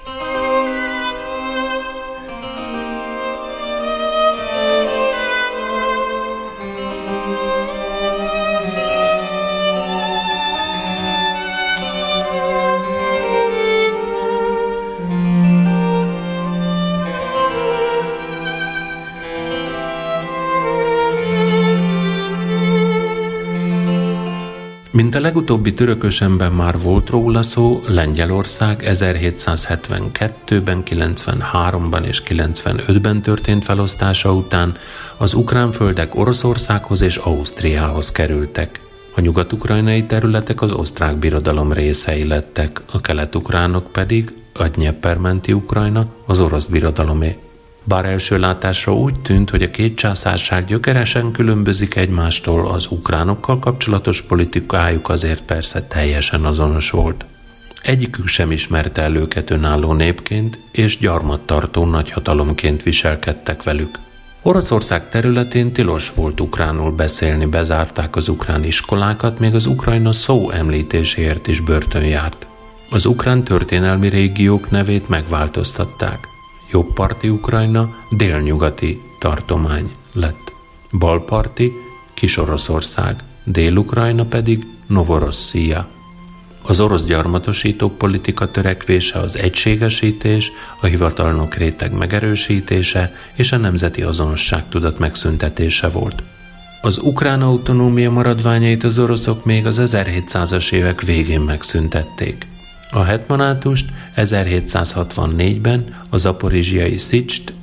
Mint a legutóbbi Törökösenben már volt róla szó, Lengyelország 1772-ben, 93-ban és 95-ben történt felosztása után az ukrán földek Oroszországhoz és Ausztriához kerültek. A nyugat-ukrajnai területek az osztrák birodalom részei lettek, a kelet-ukránok pedig, a Dnyeper-menti Ukrajna, az orosz birodalomé. Bár első látásra úgy tűnt, hogy a két császárság gyökeresen különbözik egymástól, az ukránokkal kapcsolatos politikájuk azért persze teljesen azonos volt. Egyikük sem ismerte el őket önálló népként, és gyarmattartó nagyhatalomként viselkedtek velük. Oroszország területén tilos volt ukránul beszélni, bezárták az ukrán iskolákat, még az Ukrajna szó említéséért is börtön járt. Az ukrán történelmi régiók nevét megváltoztatták. Jobbparti Ukrajna délnyugati tartomány lett. Balparti Kis-Oroszország, Dél-Ukrajna pedig Novorosszija. Az orosz gyarmatosító politika törekvése az egységesítés, a hivatalnok réteg megerősítése és a nemzeti azonosságtudat megszüntetése volt. Az ukrán autonómia maradványait az oroszok még az 1700-as évek végén megszüntették. A hetmanátust 1764-ben, a zaporizsiai Szicst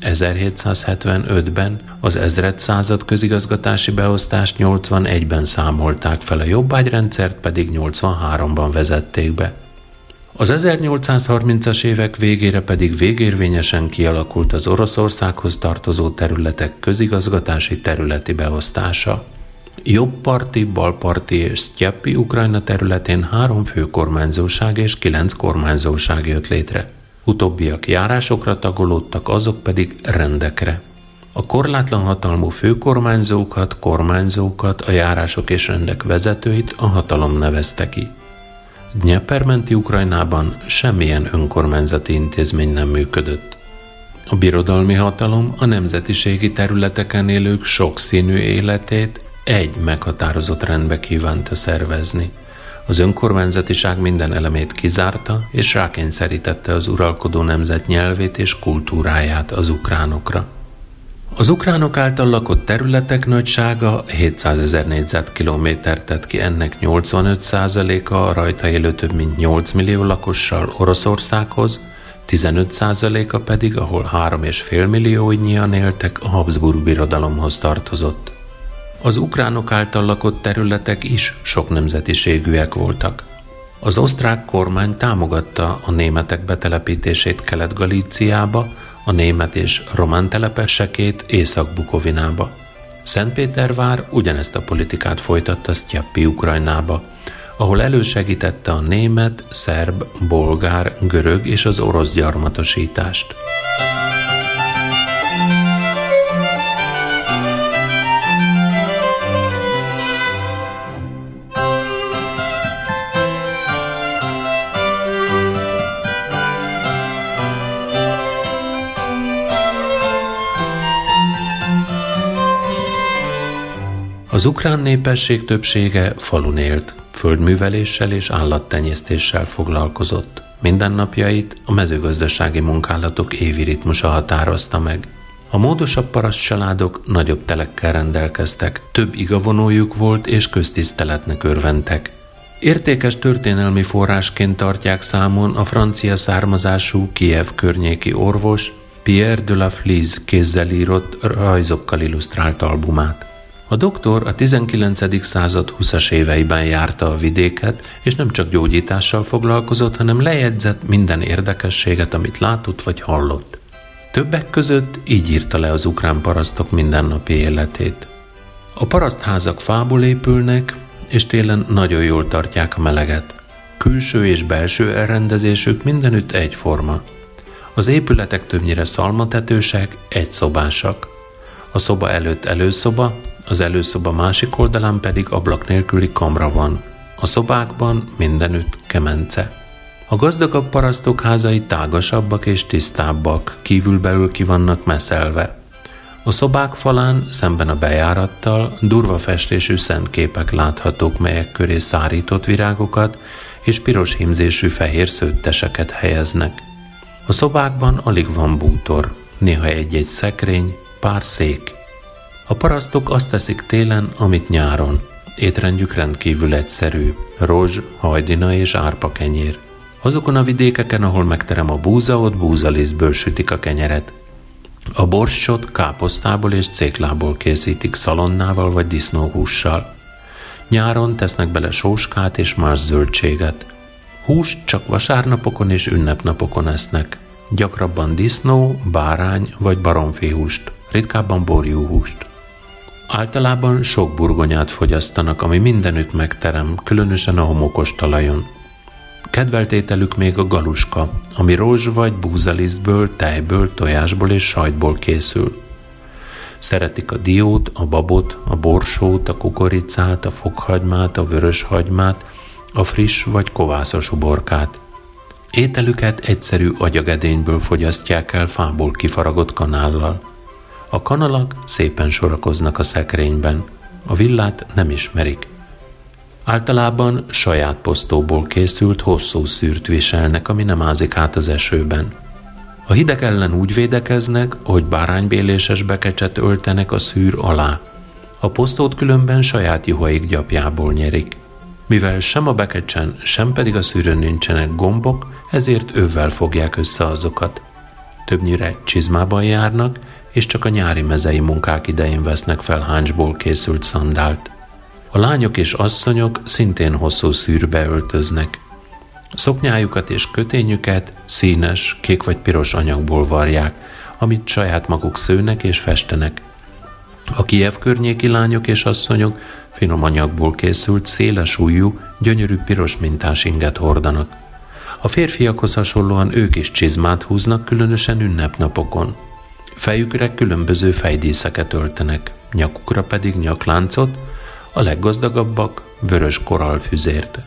1775-ben, az ezredszázad közigazgatási beosztást 81-ben számolták fel, a jobbágyrendszert pedig 83-ban vezették be. Az 1830-as évek végére pedig végérvényesen kialakult az Oroszországhoz tartozó területek közigazgatási területi beosztása. Jobbparti, balparti és sztyeppi Ukrajna területén 3 főkormányzóság és 9 kormányzóság jött létre. Utóbbiak járásokra tagolódtak, azok pedig rendekre. A korlátlan hatalmú kormányzókat, a járások és rendek vezetőit a hatalom nevezte ki. Dnyepermenti Ukrajnában semmilyen önkormányzati intézmény nem működött. A birodalmi hatalom a nemzetiségi területeken élők sokszínű életét egy meghatározott rendbe kívánta szervezni. Az önkormányzatiság minden elemét kizárta, és rákényszerítette az uralkodó nemzet nyelvét és kultúráját az ukránokra. Az ukránok által lakott területek nagysága 700 000 négyzetkilométert tett ki, ennek 85%-a a rajta élő több mint 8 millió lakossal Oroszországhoz, 15%-a pedig, ahol 3,5 milliónyian éltek, a Habsburg birodalomhoz tartozott. Az ukránok által lakott területek is sok nemzetiségűek voltak. Az osztrák kormány támogatta a németek betelepítését Kelet-Galíciába, a német és román telepesekét Észak-Bukovinába. Szentpétervár ugyanezt a politikát folytatta sztyeppi Ukrajnába, ahol elősegítette a német, szerb, bolgár, görög és az orosz gyarmatosítást. Az ukrán népesség többsége falun élt, földműveléssel és állattenyésztéssel foglalkozott. Mindennapjait a mezőgazdasági munkálatok évi ritmusa határozta meg. A módosabb paraszt családok nagyobb telekkel rendelkeztek, több igavonójuk volt és köztiszteletnek örventek. Értékes történelmi forrásként tartják számon a francia származású Kijev környéki orvos Pierre de la Flize kézzel írott, rajzokkal illusztrált albumát. A doktor a 19. század 20-as éveiben járta a vidéket, és nem csak gyógyítással foglalkozott, hanem lejegyzett minden érdekességet, amit látott vagy hallott. Többek között így írta le az ukrán parasztok mindennapi életét. A parasztházak fából épülnek, és télen nagyon jól tartják a meleget. Külső és belső elrendezésük mindenütt egyforma. Az épületek többnyire szalmatetősek, egyszobásak. A szoba előtt előszoba, az előszoba másik oldalán pedig ablak nélküli kamra van. A szobákban mindenütt kemence. A gazdagabb parasztok házai tágasabbak és tisztábbak, kívülbelül ki vannak messzelve. A szobák falán, szemben a bejárattal durva festésű szentképek láthatók, melyek köré szárított virágokat és piros hímzésű fehér szőtteseket helyeznek. A szobákban alig van bútor, néha egy-egy szekrény, pár szék. A parasztok azt teszik télen, amit nyáron. Étrendjük rendkívül egyszerű, rozs, hajdina és árpakenyér. Azokon a vidékeken, ahol megterem a búza, ott búzalisztből sütik a kenyeret. A borstot káposztából és céklából készítik szalonnával vagy disznóhússal. Nyáron tesznek bele sóskát és más zöldséget. Húst csak vasárnapokon és ünnepnapokon esznek. Gyakrabban disznó, bárány vagy baromfihúst, ritkábban borjúhúst. Általában sok burgonyát fogyasztanak, ami mindenütt megterem, különösen a homokos talajon. Kedvelt ételük még a galuska, ami rozs vagy búzalisztből, tejből, tojásból és sajtból készül. Szeretik a diót, a babot, a borsót, a kukoricát, a fokhagymát, a vöröshagymát, a friss vagy kovászos uborkát. Ételüket egyszerű agyagedényből fogyasztják el fából kifaragott kanállal. A kanalak szépen sorakoznak a szekrényben, a villát nem ismerik. Általában saját posztóból készült hosszú szűrt viselnek, ami nem ázik át az esőben. A hideg ellen úgy védekeznek, hogy báránybéléses bekecset öltenek a szűr alá. A posztót különben saját juhaik gyapjából nyerik. Mivel sem a bekecsen, sem pedig a szűrőn nincsenek gombok, ezért övvel fogják össze azokat. Többnyire csizmában járnak, és csak a nyári mezei munkák idején vesznek fel háncsból készült szandált. A lányok és asszonyok szintén hosszú szűrbe öltöznek. Szoknyájukat és kötényüket színes, kék vagy piros anyagból varják, amit saját maguk szőnek és festenek. A Kijev környéki lányok és asszonyok finom anyagból készült, széles ujjú, gyönyörű piros mintás inget hordanak. A férfiakhoz hasonlóan ők is csizmát húznak, különösen ünnepnapokon. Fejükre különböző fejdíszeket öltenek, nyakukra pedig nyakláncot, a leggazdagabbak vörös korallfüzért.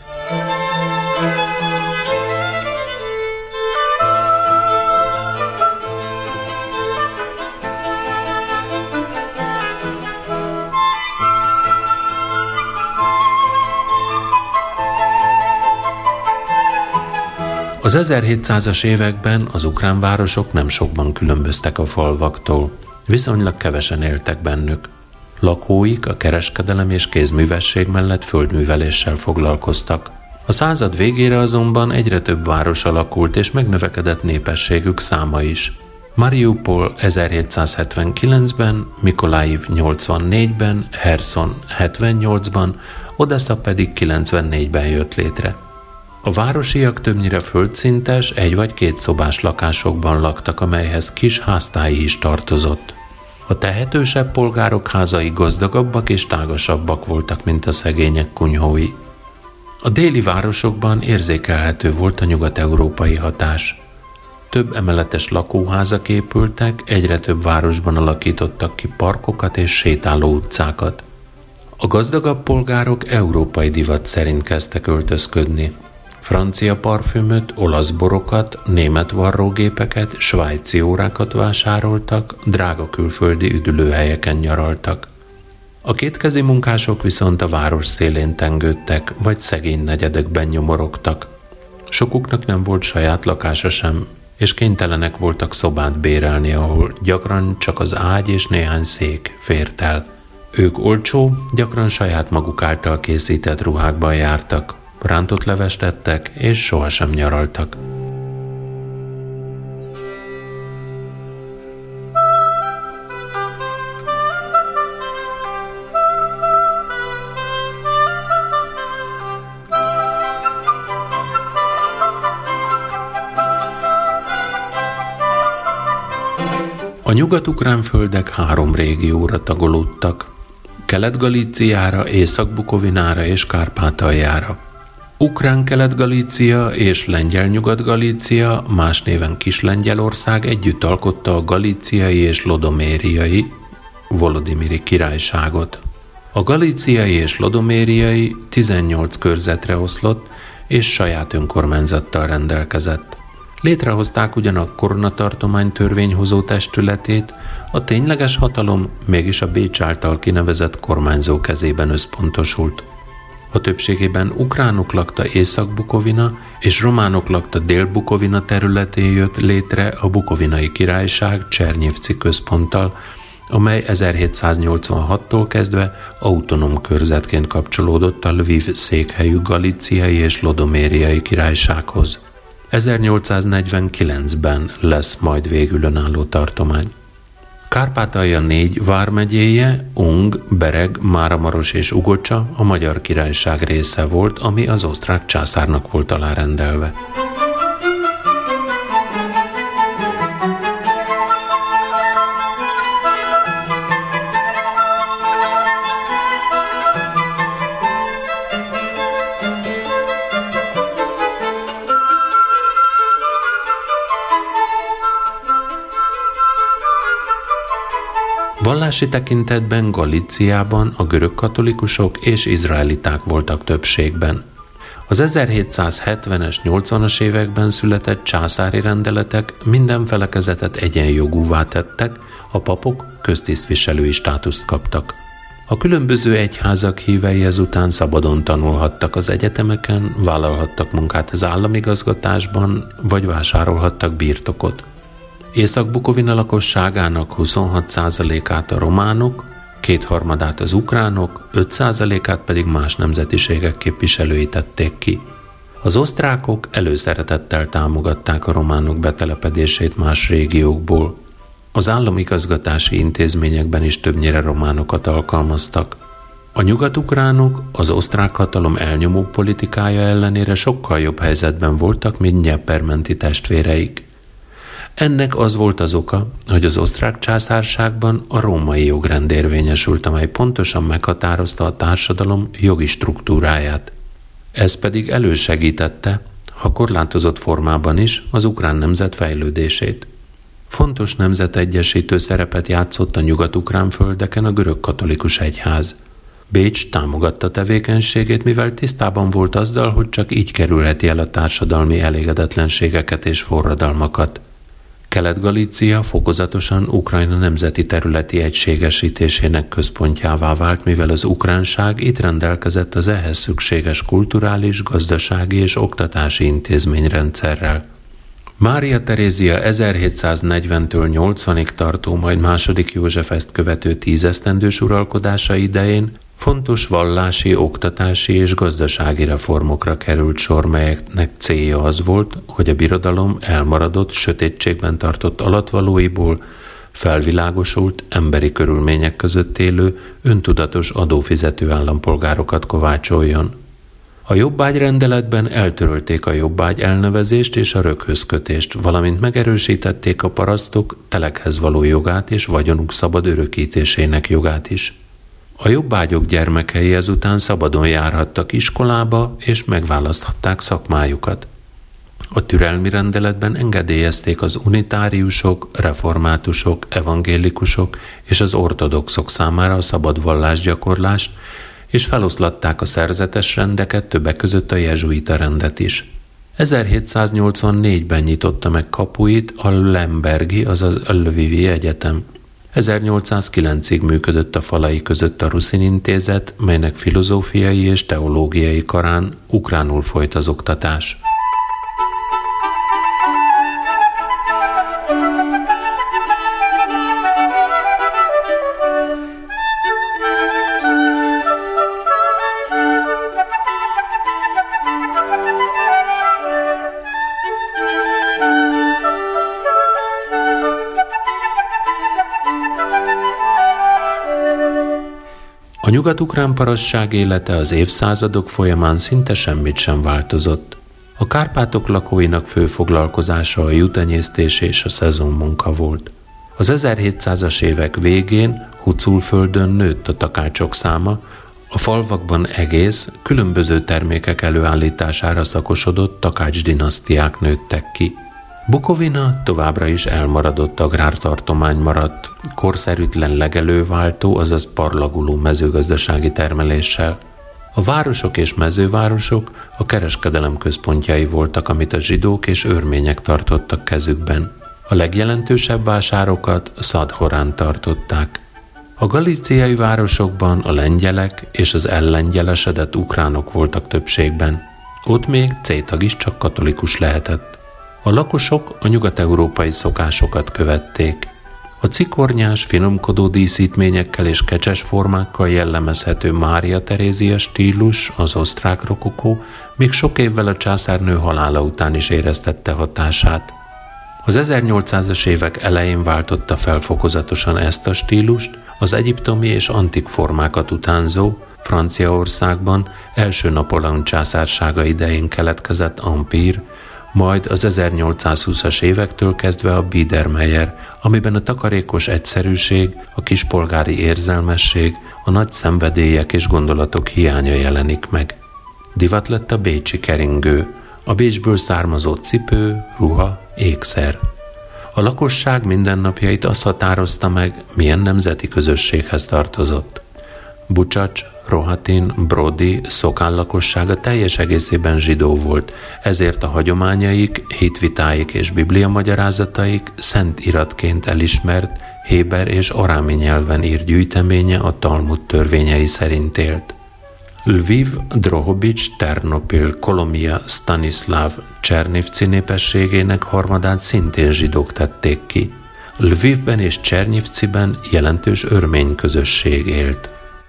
Az 1700-as években az ukrán városok nem sokban különböztek a falvaktól, viszonylag kevesen éltek bennük. Lakóik a kereskedelem és kézművesség mellett földműveléssel foglalkoztak. A század végére azonban egyre több város alakult, és megnövekedett népességük száma is. Mariupol 1779-ben, Mikolajiv 84-ben, Herson 78-ban, Odessa pedig 94-ben jött létre. A városiak többnyire földszintes, egy vagy két szobás lakásokban laktak, amelyhez kis háztáji is tartozott. A tehetősebb polgárok házai gazdagabbak és tágasabbak voltak, mint a szegények kunyhói. A déli városokban érzékelhető volt a nyugat-európai hatás. Több emeletes lakóházak épültek, egyre több városban alakítottak ki parkokat és sétáló utcákat. A gazdagabb polgárok európai divat szerint kezdtek öltözködni. Francia parfümöt, olasz borokat, német varrógépeket, svájci órákat vásároltak, drága külföldi üdülőhelyeken nyaraltak. A kétkezi munkások viszont a város szélén tengődtek, vagy szegény negyedekben nyomorogtak. Sokuknak nem volt saját lakása sem, és kénytelenek voltak szobát bérelni, ahol gyakran csak az ágy és néhány szék fért el. Ők olcsó, gyakran saját maguk által készített ruhákban jártak, rántott levest ettek, és sohasem nyaraltak. A nyugat-ukrán földek 3 régióra tagolódtak: Kelet-Galíciára, Észak-Bukovinára és Kárpátaljára. Ukrán Kelet-Galícia és Lengyel Nyugat-Galícia, más néven Kis-Lengyelország együtt alkotta a galíciai és lodomériai Volodimiri királyságot. A galíciai és lodomériai 18 körzetre oszlott és saját önkormányzattal rendelkezett. Létrehozták ugyan koronatartomány törvényhozó testületét, a tényleges hatalom mégis a Bécs által kinevezett kormányzó kezében összpontosult. A többségében ukránok lakta Észak-Bukovina és románok lakta Dél-Bukovina területén jött létre a Bukovinai Királyság Csernyivci központtal, amely 1786-tól kezdve autonóm körzetként kapcsolódott a Lviv székhelyű galíciai és lodomériai királysághoz. 1849-ben lesz majd végül önálló tartomány. Kárpátalja 4 vármegyéje, Ung, Bereg, Máramaros és Ugocsa a Magyar Királyság része volt, ami az osztrák császárnak volt alárendelve. vallási tekintetben Galíciában a görög katolikusok és izraeliták voltak többségben. Az 1770-es, 80-as években született császári rendeletek minden felekezetet egyenjogúvá tettek, a papok köztisztviselői státuszt kaptak. A különböző egyházak hívei ezután szabadon tanulhattak az egyetemeken, vállalhattak munkát az államigazgatásban, vagy vásárolhattak birtokot. Észak-Bukovina lakosságának 26%-át a románok, 2/3 az ukránok, 5%-át pedig más nemzetiségek képviselői tették ki. Az osztrákok előszeretettel támogatták a románok betelepedését más régiókból. Az államigazgatási intézményekben is többnyire románokat alkalmaztak. A nyugat-ukránok az osztrák hatalom elnyomó politikája ellenére sokkal jobb helyzetben voltak, mint Dnyeper-menti testvéreik. Ennek az volt az oka, hogy az osztrák császárságban a római jogrend érvényesült, amely pontosan meghatározta a társadalom jogi struktúráját. Ez pedig elősegítette, ha korlátozott formában is, az ukrán nemzet fejlődését. Fontos nemzetegyesítő szerepet játszott a nyugat-ukrán földeken a görög katolikus egyház. Bécs támogatta tevékenységét, mivel tisztában volt azzal, hogy csak így kerülheti el a társadalmi elégedetlenségeket és forradalmakat. Kelet-Galícia fokozatosan Ukrajna nemzeti területi egységesítésének központjává vált, mivel az ukránság itt rendelkezett az ehhez szükséges kulturális, gazdasági és oktatási intézményrendszerrel. Mária Terézia 1740-től 80-ig tartó, majd II. József ezt követő 10 esztendős uralkodása idején fontos vallási, oktatási és gazdasági reformokra került sor, melyeknek célja az volt, hogy a birodalom elmaradott, sötétségben tartott alatvalóiból felvilágosult, emberi körülmények között élő, öntudatos adófizető állampolgárokat kovácsoljon. A jobbágyrendeletben eltörölték a jobbágy elnevezést és a röghözkötést, valamint megerősítették a parasztok telekhez való jogát és vagyonuk szabad örökítésének jogát is. A jobbágyok gyermekei ezután szabadon járhattak iskolába és megválaszthatták szakmájukat. A türelmi rendeletben engedélyezték az unitáriusok, reformátusok, evangélikusok és az ortodoxok számára a szabad vallásgyakorlást, és feloszlatták a szerzetes rendeket, többek között a jezsuita rendet is. 1784-ben nyitotta meg kapuit a Lembergi, azaz Lvivi Egyetem. 1809-ig működött a falai között a Ruszin Intézet, melynek filozófiai és teológiai karán ukránul folyt az oktatás. A nyugat-ukrán parasztság élete az évszázadok folyamán szinte semmit sem változott. A Kárpátok lakóinak fő foglalkozása a juhtenyésztés és a szezonmunka volt. Az 1700-as évek végén Huculföldön nőtt a takácsok száma, a falvakban egész, különböző termékek előállítására szakosodott takácsdinasztiák nőttek ki. Bukovina továbbra is elmaradott agrártartomány maradt, korszerűtlen legelőváltó, azaz parlaguló mezőgazdasági termeléssel. A városok és mezővárosok a kereskedelem központjai voltak, amit a zsidók és örmények tartottak kezükben. A legjelentősebb vásárokat Szadhorán tartották. A galíciai városokban a lengyelek és az ellengyelesedett ukránok voltak többségben. Ott még C-tag is csak katolikus lehetett. A lakosok a nyugat-európai szokásokat követték. A cikornyás, finomkodó díszítményekkel és kecses formákkal jellemezhető Mária Terézia stílus, az osztrák rokokó, még sok évvel a császárnő halála után is éreztette hatását. Az 1800-as évek elején váltotta fel fokozatosan ezt a stílust az egyiptomi és antik formákat utánzó, Franciaországban első Napóleon császársága idején keletkezett Empire, majd az 1820-as évektől kezdve a Biedermeier, amiben a takarékos egyszerűség, a kispolgári érzelmesség, a nagy szenvedélyek és gondolatok hiánya jelenik meg. Divat lett a bécsi keringő, a Bécsből származó cipő, ruha, ékszer. A lakosság mindennapjait azt határozta meg, milyen nemzeti közösséghez tartozott. Bucsacs, Rohatin, Brody, Szokán lakossága teljes egészében zsidó volt, ezért a hagyományaik, hitvitáik és biblia magyarázataik szent iratként elismert, héber és arámi nyelven írt gyűjteménye a Talmud törvényei szerint élt. Lviv, Drohobics, Ternopil, Kolomia, Stanislav, Csernivci népességének harmadát szintén zsidók tették ki. Lvivben és Csernivciben jelentős örmény közösség élt.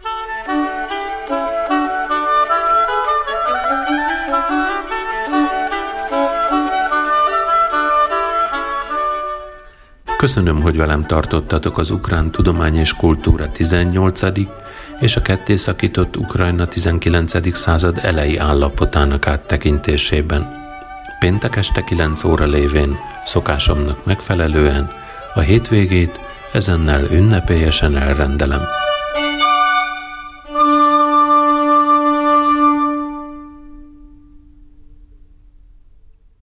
Köszönöm, hogy velem tartottatok az Ukrán Tudomány és Kultúra 18. és a kettészakított Ukrajna 19. század elejé állapotának áttekintésében. Péntek este 9 óra lévén, szokásomnak megfelelően, a hétvégét ezennel ünnepélyesen elrendelem.